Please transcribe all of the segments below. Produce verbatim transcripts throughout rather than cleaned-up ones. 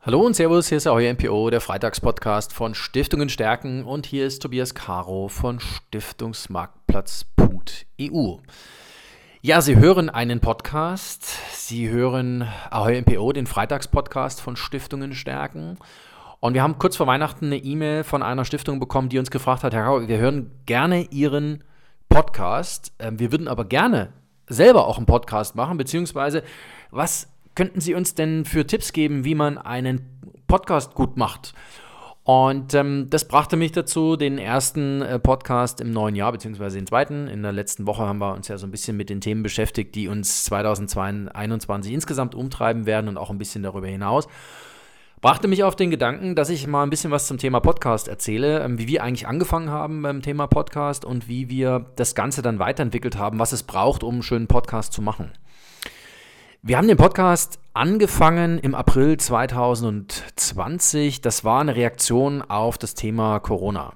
Hallo und Servus, hier ist euer M P O, der Freitagspodcast von Stiftungen stärken, und hier ist Tobias Caro von Stiftungsmarktplatz punkt e u. Ja, Sie hören einen Podcast, Sie hören Ahoi M P O, den Freitagspodcast von Stiftungen stärken, und wir haben kurz vor Weihnachten eine E-Mail von einer Stiftung bekommen, die uns gefragt hat: Herr Caro, wir hören gerne Ihren Podcast, wir würden aber gerne selber auch einen Podcast machen, beziehungsweise was könnten Sie uns denn für Tipps geben, wie man einen Podcast gut macht? Und ähm, das brachte mich dazu, den ersten äh, Podcast im neuen Jahr, beziehungsweise den zweiten. In der letzten Woche haben wir uns ja so ein bisschen mit den Themen beschäftigt, die uns zwanzig einundzwanzig insgesamt umtreiben werden und auch ein bisschen darüber hinaus. Brachte mich auf den Gedanken, dass ich mal ein bisschen was zum Thema Podcast erzähle, ähm, wie wir eigentlich angefangen haben beim Thema Podcast und wie wir das Ganze dann weiterentwickelt haben, was es braucht, um einen schönen Podcast zu machen. Wir haben den Podcast angefangen im April zwanzig zwanzig. Das war eine Reaktion auf das Thema Corona.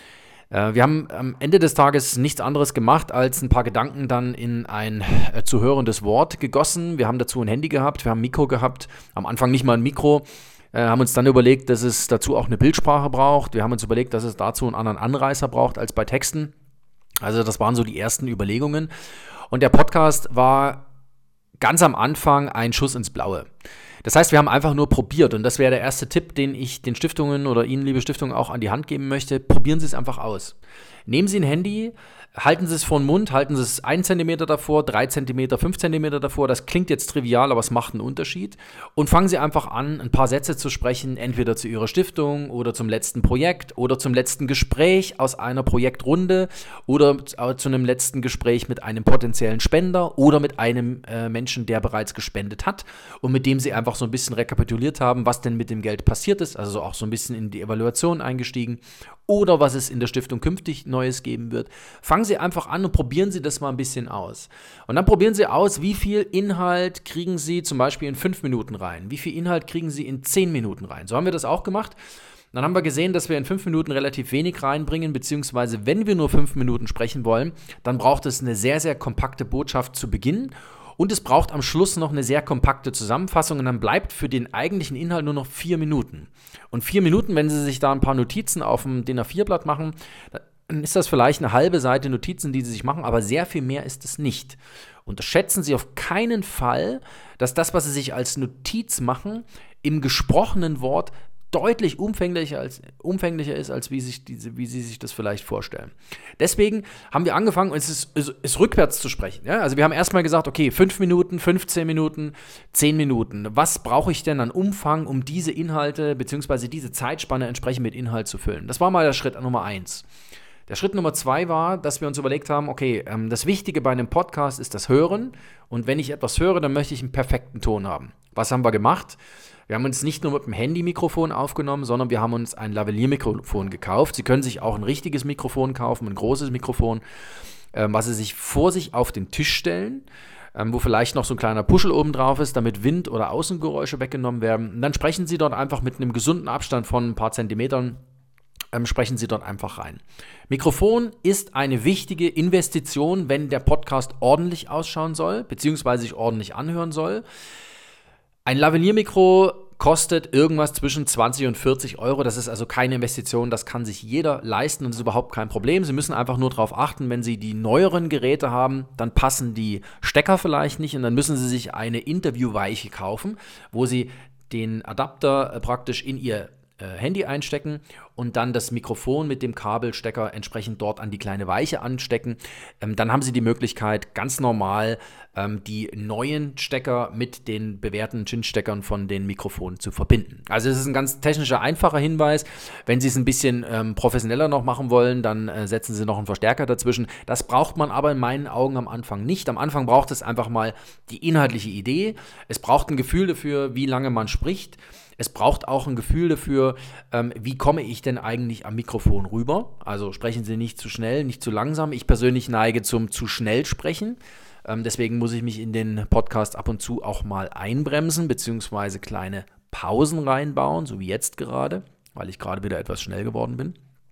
Äh, wir haben am Ende des Tages nichts anderes gemacht, als ein paar Gedanken dann in ein äh, zu hörendes Wort gegossen. Wir haben dazu ein Handy gehabt, wir haben ein Mikro gehabt, am Anfang nicht mal ein Mikro. Äh, haben uns dann überlegt, dass es dazu auch eine Bildsprache braucht. Wir haben uns überlegt, dass es dazu einen anderen Anreißer braucht als bei Texten. Also das waren so die ersten Überlegungen. Und der Podcast war ganz am Anfang ein Schuss ins Blaue. Das heißt, wir haben einfach nur probiert, und das wäre der erste Tipp, den ich den Stiftungen oder Ihnen, liebe Stiftungen, auch an die Hand geben möchte. Probieren Sie es einfach aus. Nehmen Sie ein Handy, halten Sie es vor den Mund, halten Sie es einen Zentimeter davor, drei Zentimeter, fünf Zentimeter davor. Das klingt jetzt trivial, aber es macht einen Unterschied. Und fangen Sie einfach an, ein paar Sätze zu sprechen, entweder zu Ihrer Stiftung oder zum letzten Projekt oder zum letzten Gespräch aus einer Projektrunde oder zu einem letzten Gespräch mit einem potenziellen Spender oder mit einem äh, Menschen, der bereits gespendet hat und mit dem Sie einfach so ein bisschen rekapituliert haben, was denn mit dem Geld passiert ist, also auch so ein bisschen in die Evaluation eingestiegen oder was es in der Stiftung künftig Neues geben wird. Fangen Sie einfach an und probieren Sie das mal ein bisschen aus. Und dann probieren Sie aus, wie viel Inhalt kriegen Sie zum Beispiel in fünf Minuten rein, wie viel Inhalt kriegen Sie in zehn Minuten rein. So haben wir das auch gemacht. Dann haben wir gesehen, dass wir in fünf Minuten relativ wenig reinbringen, beziehungsweise wenn wir nur fünf Minuten sprechen wollen, dann braucht es eine sehr, sehr kompakte Botschaft zu Beginn. Und es braucht am Schluss noch eine sehr kompakte Zusammenfassung, und dann bleibt für den eigentlichen Inhalt nur noch vier Minuten. Und vier Minuten, wenn Sie sich da ein paar Notizen auf dem D I N A vier Blatt machen, dann ist das vielleicht eine halbe Seite Notizen, die Sie sich machen, aber sehr viel mehr ist es nicht. Unterschätzen Sie auf keinen Fall, dass das, was Sie sich als Notiz machen, im gesprochenen Wort deutlich umfänglicher, als, umfänglicher ist, als wie, sich diese, wie Sie sich das vielleicht vorstellen. Deswegen haben wir angefangen, es ist, es ist rückwärts zu sprechen. Ja? Also wir haben erstmal gesagt, okay, fünf Minuten, fünfzehn Minuten, zehn Minuten. Was brauche ich denn an Umfang, um diese Inhalte bzw. diese Zeitspanne entsprechend mit Inhalt zu füllen? Das war mal der Schritt Nummer eins. Der Schritt Nummer zwei war, dass wir uns überlegt haben, okay, ähm, das Wichtige bei einem Podcast ist das Hören, und wenn ich etwas höre, dann möchte ich einen perfekten Ton haben. Was haben wir gemacht? Wir haben uns nicht nur mit dem Handy-Mikrofon aufgenommen, sondern wir haben uns ein Lavalier-Mikrofon gekauft. Sie können sich auch ein richtiges Mikrofon kaufen, ein großes Mikrofon, ähm, was Sie sich vor sich auf den Tisch stellen, ähm, wo vielleicht noch so ein kleiner Puschel oben drauf ist, damit Wind- oder Außengeräusche weggenommen werden. Und dann sprechen Sie dort einfach mit einem gesunden Abstand von ein paar Zentimetern, ähm, sprechen Sie dort einfach rein. Mikrofon ist eine wichtige Investition, wenn der Podcast ordentlich ausschauen soll, beziehungsweise sich ordentlich anhören soll. Ein Lavalier-Mikro kostet irgendwas zwischen zwanzig und vierzig Euro. Das ist also keine Investition, das kann sich jeder leisten und ist überhaupt kein Problem. Sie müssen einfach nur darauf achten, wenn Sie die neueren Geräte haben, dann passen die Stecker vielleicht nicht, und dann müssen Sie sich eine Interviewweiche kaufen, wo Sie den Adapter praktisch in Ihr Handy einstecken und dann das Mikrofon mit dem Kabelstecker entsprechend dort an die kleine Weiche anstecken. Ähm, dann haben Sie die Möglichkeit, ganz normal ähm, die neuen Stecker mit den bewährten Chin-Steckern von den Mikrofonen zu verbinden. Also es ist ein ganz technischer, einfacher Hinweis. Wenn Sie es ein bisschen ähm, professioneller noch machen wollen, dann äh, setzen Sie noch einen Verstärker dazwischen. Das braucht man aber in meinen Augen am Anfang nicht. Am Anfang braucht es einfach mal die inhaltliche Idee. Es braucht ein Gefühl dafür, wie lange man spricht. Es braucht auch ein Gefühl dafür, ähm, wie komme ich denn eigentlich am Mikrofon rüber. Also sprechen Sie nicht zu schnell, nicht zu langsam. Ich persönlich neige zum zu schnell sprechen. Ähm, deswegen muss ich mich in den Podcast ab und zu auch mal einbremsen, beziehungsweise kleine Pausen reinbauen, so wie jetzt gerade, weil ich gerade wieder etwas schnell geworden bin.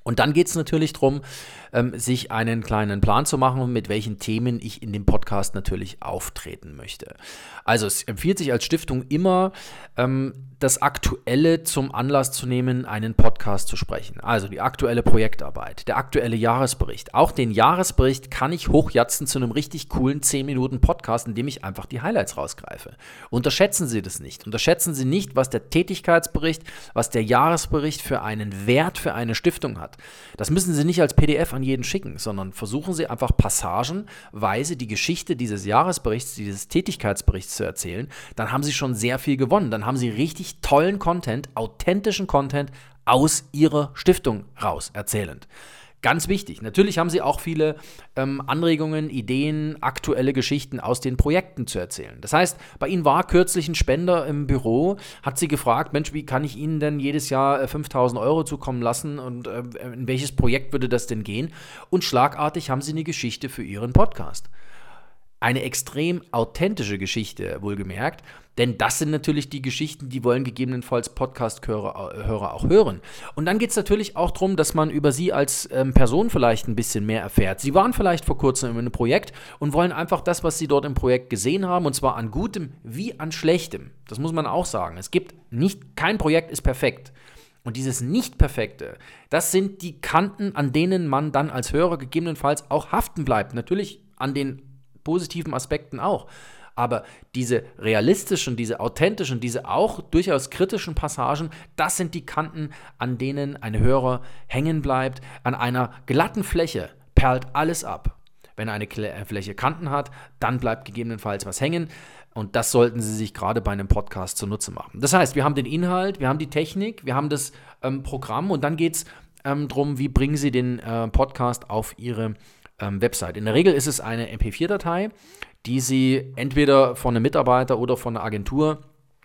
Und dann geht es natürlich darum, ähm, sich einen kleinen Plan zu machen, mit welchen Themen ich in dem Podcast natürlich auftreten möchte. Also es empfiehlt sich als Stiftung immer, ähm, das Aktuelle zum Anlass zu nehmen, einen Podcast zu sprechen. Also die aktuelle Projektarbeit, der aktuelle Jahresbericht. Auch den Jahresbericht kann ich hochjatzen zu einem richtig coolen zehn Minuten Podcast, in dem ich einfach die Highlights rausgreife. Unterschätzen Sie das nicht. Unterschätzen Sie nicht, was der Tätigkeitsbericht, was der Jahresbericht für einen Wert für eine Stiftung hat. Das müssen Sie nicht als P D F an jeden schicken, sondern versuchen Sie einfach passagenweise die Geschichte dieses Jahresberichts, dieses Tätigkeitsberichts zu erzählen. Dann haben Sie schon sehr viel gewonnen. Dann haben Sie richtig tollen Content, authentischen Content aus Ihrer Stiftung raus erzählend. Ganz wichtig. Natürlich haben Sie auch viele ähm, Anregungen, Ideen, aktuelle Geschichten aus den Projekten zu erzählen. Das heißt, bei Ihnen war kürzlich ein Spender im Büro, hat Sie gefragt, Mensch, wie kann ich Ihnen denn jedes Jahr äh, fünftausend Euro zukommen lassen und äh, in welches Projekt würde das denn gehen? Und schlagartig haben Sie eine Geschichte für Ihren Podcast. Eine extrem authentische Geschichte, wohlgemerkt, denn das sind natürlich die Geschichten, die wollen gegebenenfalls Podcast-Hörer auch hören. Und dann geht es natürlich auch darum, dass man über Sie als ähm, Person vielleicht ein bisschen mehr erfährt. Sie waren vielleicht vor kurzem in einem Projekt und wollen einfach das, was Sie dort im Projekt gesehen haben, und zwar an Gutem wie an Schlechtem. Das muss man auch sagen. Es gibt nicht, kein Projekt ist perfekt. Und dieses Nicht-Perfekte, das sind die Kanten, an denen man dann als Hörer gegebenenfalls auch haften bleibt. Natürlich an den positiven Aspekten auch. Aber diese realistischen, diese authentischen, diese auch durchaus kritischen Passagen, das sind die Kanten, an denen ein Hörer hängen bleibt. An einer glatten Fläche perlt alles ab. Wenn eine Fläche Kanten hat, dann bleibt gegebenenfalls was hängen. Und das sollten Sie sich gerade bei einem Podcast zunutze machen. Das heißt, wir haben den Inhalt, wir haben die Technik, wir haben das ähm, Programm und dann geht es ähm, darum, wie bringen Sie den äh, Podcast auf Ihre ähm, Website. In der Regel ist es eine M P vier Datei, die Sie entweder von einem Mitarbeiter oder von einer Agentur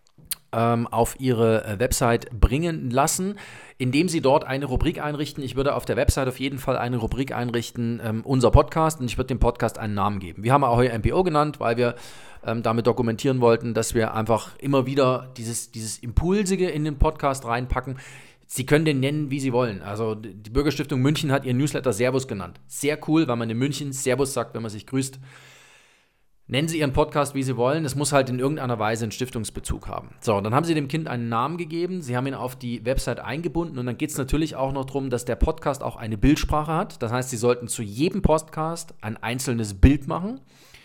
ähm, auf Ihre äh, Website bringen lassen, indem Sie dort eine Rubrik einrichten. Ich würde auf der Website auf jeden Fall eine Rubrik einrichten, ähm, unser Podcast, und ich würde dem Podcast einen Namen geben. Wir haben auch hier M P O genannt, weil wir ähm, damit dokumentieren wollten, dass wir einfach immer wieder dieses, dieses Impulsige in den Podcast reinpacken. Sie können den nennen, wie Sie wollen. Also die Bürgerstiftung München hat ihren Newsletter Servus genannt. Sehr cool, weil man in München Servus sagt, wenn man sich grüßt. Nennen Sie Ihren Podcast, wie Sie wollen. Es muss halt in irgendeiner Weise einen Stiftungsbezug haben. So, dann haben Sie dem Kind einen Namen gegeben. Sie haben ihn auf die Website eingebunden. Und dann geht es natürlich auch noch darum, dass der Podcast auch eine Bildsprache hat. Das heißt, Sie sollten zu jedem Podcast ein einzelnes Bild machen.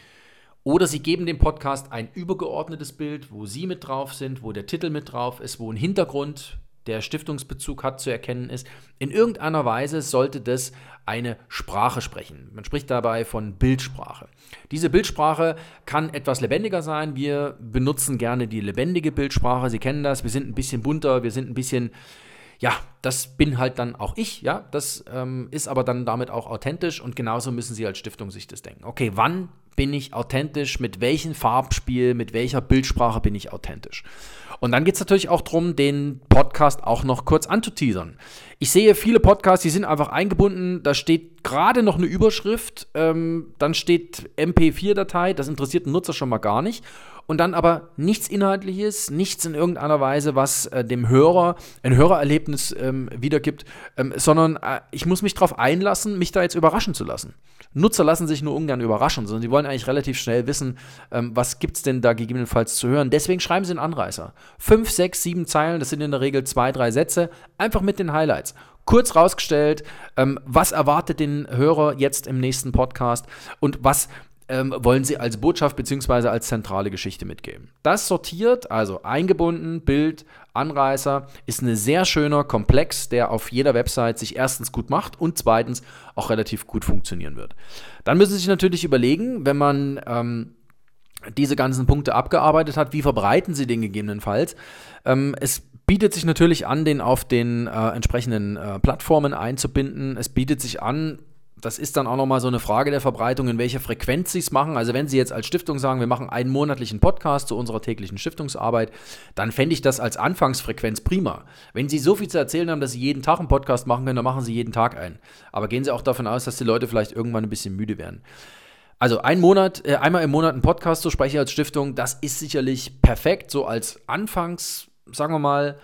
Oder Sie geben dem Podcast ein übergeordnetes Bild, wo Sie mit drauf sind, wo der Titel mit drauf ist, wo ein Hintergrund, der Stiftungsbezug hat, zu erkennen ist. In irgendeiner Weise sollte das eine Sprache sprechen. Man spricht dabei von Bildsprache. Diese Bildsprache kann etwas lebendiger sein. Wir benutzen gerne die lebendige Bildsprache. Sie kennen das. Wir sind ein bisschen bunter, wir sind ein bisschen, ja, das bin halt dann auch ich. Ja, das ähm, ist aber dann damit auch authentisch, und genauso müssen Sie als Stiftung sich das denken. Okay, wann bin ich authentisch? Mit welchem Farbspiel, mit welcher Bildsprache bin ich authentisch? Und dann geht es natürlich auch darum, den Podcast auch noch kurz anzuteasern. Ich sehe viele Podcasts, die sind einfach eingebunden, da steht gerade noch eine Überschrift, ähm, dann steht M P vier Datei, das interessiert den Nutzer schon mal gar nicht. Und dann aber nichts Inhaltliches, nichts in irgendeiner Weise, was äh, dem Hörer ein Hörererlebnis ähm, wiedergibt, ähm, sondern äh, ich muss mich darauf einlassen, mich da jetzt überraschen zu lassen. Nutzer lassen sich nur ungern überraschen, sondern sie wollen eigentlich relativ schnell wissen, ähm, was gibt es denn da gegebenenfalls zu hören. Deswegen schreiben Sie einen Anreißer. Fünf, sechs, sieben Zeilen, das sind in der Regel zwei, drei Sätze, einfach mit den Highlights. Kurz rausgestellt, ähm, was erwartet den Hörer jetzt im nächsten Podcast und was Ähm, wollen Sie als Botschaft bzw. als zentrale Geschichte mitgeben. Das sortiert, also eingebunden, Bild, Anreißer, ist ein sehr schöner Komplex, der auf jeder Website sich erstens gut macht und zweitens auch relativ gut funktionieren wird. Dann müssen Sie sich natürlich überlegen, wenn man ähm, diese ganzen Punkte abgearbeitet hat, wie verbreiten Sie den gegebenenfalls? Ähm, es bietet sich natürlich an, den auf den äh, entsprechenden äh, Plattformen einzubinden. Es bietet sich an, das ist dann auch nochmal so eine Frage der Verbreitung, in welcher Frequenz Sie es machen. Also wenn Sie jetzt als Stiftung sagen, wir machen einen monatlichen Podcast zu unserer täglichen Stiftungsarbeit, dann fände ich das als Anfangsfrequenz prima. Wenn Sie so viel zu erzählen haben, dass Sie jeden Tag einen Podcast machen können, dann machen Sie jeden Tag einen. Aber gehen Sie auch davon aus, dass die Leute vielleicht irgendwann ein bisschen müde werden. Also ein Monat, äh, einmal im Monat einen Podcast zu sprechen als Stiftung, das ist sicherlich perfekt, so als Anfangs, sagen wir mal,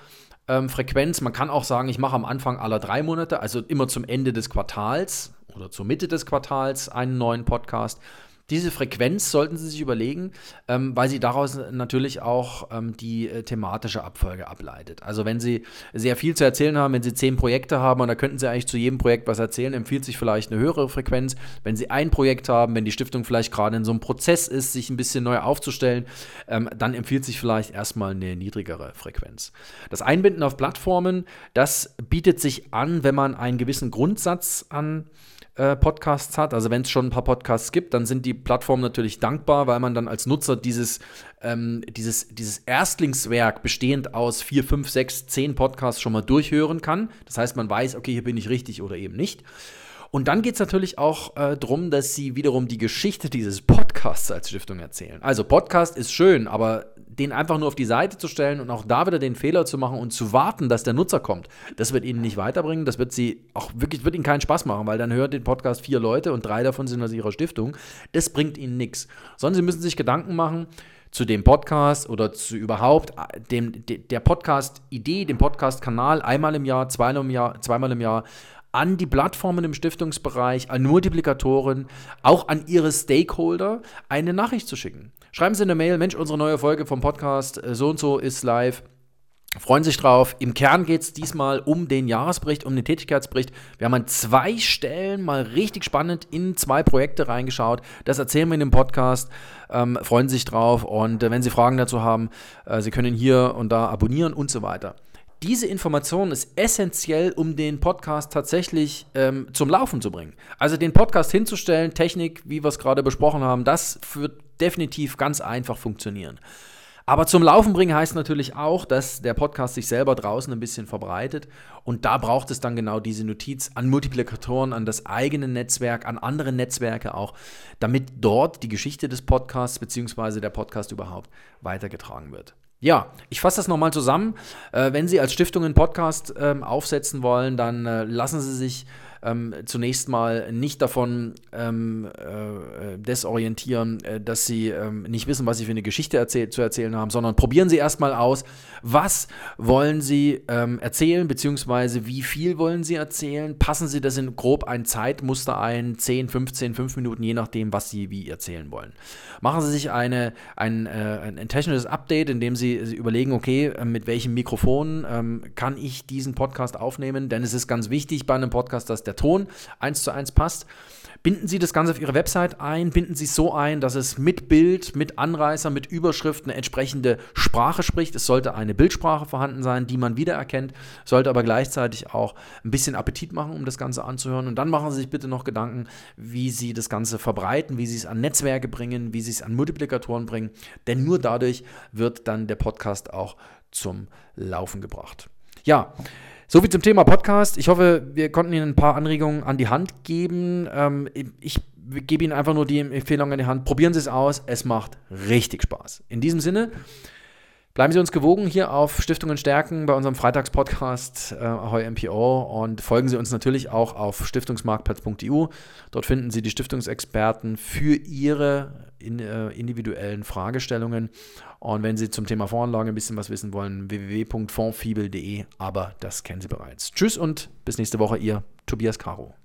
ähm, Frequenz. Man kann auch sagen, ich mache am Anfang aller drei Monate, also immer zum Ende des Quartals oder zur Mitte des Quartals einen neuen Podcast. Diese Frequenz sollten Sie sich überlegen, ähm, weil sie daraus natürlich auch ähm, die äh, thematische Abfolge ableitet. Also wenn Sie sehr viel zu erzählen haben, wenn Sie zehn Projekte haben und da könnten Sie eigentlich zu jedem Projekt was erzählen, empfiehlt sich vielleicht eine höhere Frequenz. Wenn Sie ein Projekt haben, wenn die Stiftung vielleicht gerade in so einem Prozess ist, sich ein bisschen neu aufzustellen, ähm, dann empfiehlt sich vielleicht erstmal eine niedrigere Frequenz. Das Einbinden auf Plattformen, das bietet sich an, wenn man einen gewissen Grundsatz an Podcasts hat. Also wenn es schon ein paar Podcasts gibt, dann sind die Plattformen natürlich dankbar, weil man dann als Nutzer dieses, ähm, dieses, dieses Erstlingswerk bestehend aus vier, fünf, sechs, zehn Podcasts schon mal durchhören kann. Das heißt, man weiß, okay, hier bin ich richtig oder eben nicht. Und dann geht es natürlich auch äh, darum, dass sie wiederum die Geschichte dieses Podcasts als Stiftung erzählen. Also Podcast ist schön, aber den einfach nur auf die Seite zu stellen und auch da wieder den Fehler zu machen und zu warten, dass der Nutzer kommt, das wird ihnen nicht weiterbringen. Das wird sie auch wirklich, wird ihnen keinen Spaß machen, weil dann hören den Podcast vier Leute und drei davon sind aus ihrer Stiftung. Das bringt ihnen nichts. Sondern sie müssen sich Gedanken machen zu dem Podcast oder zu überhaupt dem, de, der Podcast-Idee, dem Podcast-Kanal einmal im Jahr, zweimal im Jahr, zweimal im Jahr an die Plattformen im Stiftungsbereich, an Multiplikatoren, auch an ihre Stakeholder eine Nachricht zu schicken. Schreiben Sie eine Mail, Mensch, unsere neue Folge vom Podcast so und so ist live. Freuen sich drauf. Im Kern geht es diesmal um den Jahresbericht, um den Tätigkeitsbericht. Wir haben an zwei Stellen mal richtig spannend in zwei Projekte reingeschaut. Das erzählen wir in dem Podcast. Ähm, freuen sich drauf. Und äh, wenn Sie Fragen dazu haben, äh, Sie können hier und da abonnieren und so weiter. Diese Information ist essentiell, um den Podcast tatsächlich ähm, zum Laufen zu bringen. Also den Podcast hinzustellen, Technik, wie wir es gerade besprochen haben, das wird definitiv ganz einfach funktionieren. Aber zum Laufen bringen heißt natürlich auch, dass der Podcast sich selber draußen ein bisschen verbreitet. Und da braucht es dann genau diese Notiz an Multiplikatoren, an das eigene Netzwerk, an andere Netzwerke auch, damit dort die Geschichte des Podcasts bzw. der Podcast überhaupt weitergetragen wird. Ja, ich fasse das nochmal zusammen. Äh, wenn Sie als Stiftung einen Podcast ähm, aufsetzen wollen, dann äh, lassen Sie sich ähm, zunächst mal nicht davon ähm, äh, desorientieren, äh, dass Sie ähm, nicht wissen, was Sie für eine Geschichte erzähl- zu erzählen haben, sondern probieren Sie erstmal aus, was wollen Sie ähm, erzählen, beziehungsweise wie viel wollen Sie erzählen. Passen Sie das in grob ein Zeitmuster ein, zehn, fünfzehn, fünf Minuten, je nachdem, was Sie wie erzählen wollen. Machen Sie sich eine, ein, äh, ein, ein technisches Update, in dem Sie Sie überlegen, okay, mit welchem Mikrofon ähm, kann ich diesen Podcast aufnehmen, denn es ist ganz wichtig bei einem Podcast, dass der Ton eins zu eins passt. Binden Sie das Ganze auf Ihre Website ein, binden Sie es so ein, dass es mit Bild, mit Anreißer, mit Überschrift eine entsprechende Sprache spricht. Es sollte eine Bildsprache vorhanden sein, die man wiedererkennt, sollte aber gleichzeitig auch ein bisschen Appetit machen, um das Ganze anzuhören. Und dann machen Sie sich bitte noch Gedanken, wie Sie das Ganze verbreiten, wie Sie es an Netzwerke bringen, wie Sie es an Multiplikatoren bringen, denn nur dadurch wird dann der Podcast auch zum Laufen gebracht. Ja, soviel zum Thema Podcast. Ich hoffe, wir konnten Ihnen ein paar Anregungen an die Hand geben. Ähm, ich gebe Ihnen einfach nur die Empfehlung an die Hand. Probieren Sie es aus. Es macht richtig Spaß. In diesem Sinne, bleiben Sie uns gewogen hier auf Stiftungen stärken bei unserem Freitagspodcast äh, Ahoi M P O und folgen Sie uns natürlich auch auf stiftungsmarktplatz punkt e u. Dort finden Sie die Stiftungsexperten für Ihre in, äh, individuellen Fragestellungen. Und wenn Sie zum Thema Voranlage ein bisschen was wissen wollen, w w w punkt fondsfibel punkt de, aber das kennen Sie bereits. Tschüss und bis nächste Woche, Ihr Tobias Caro.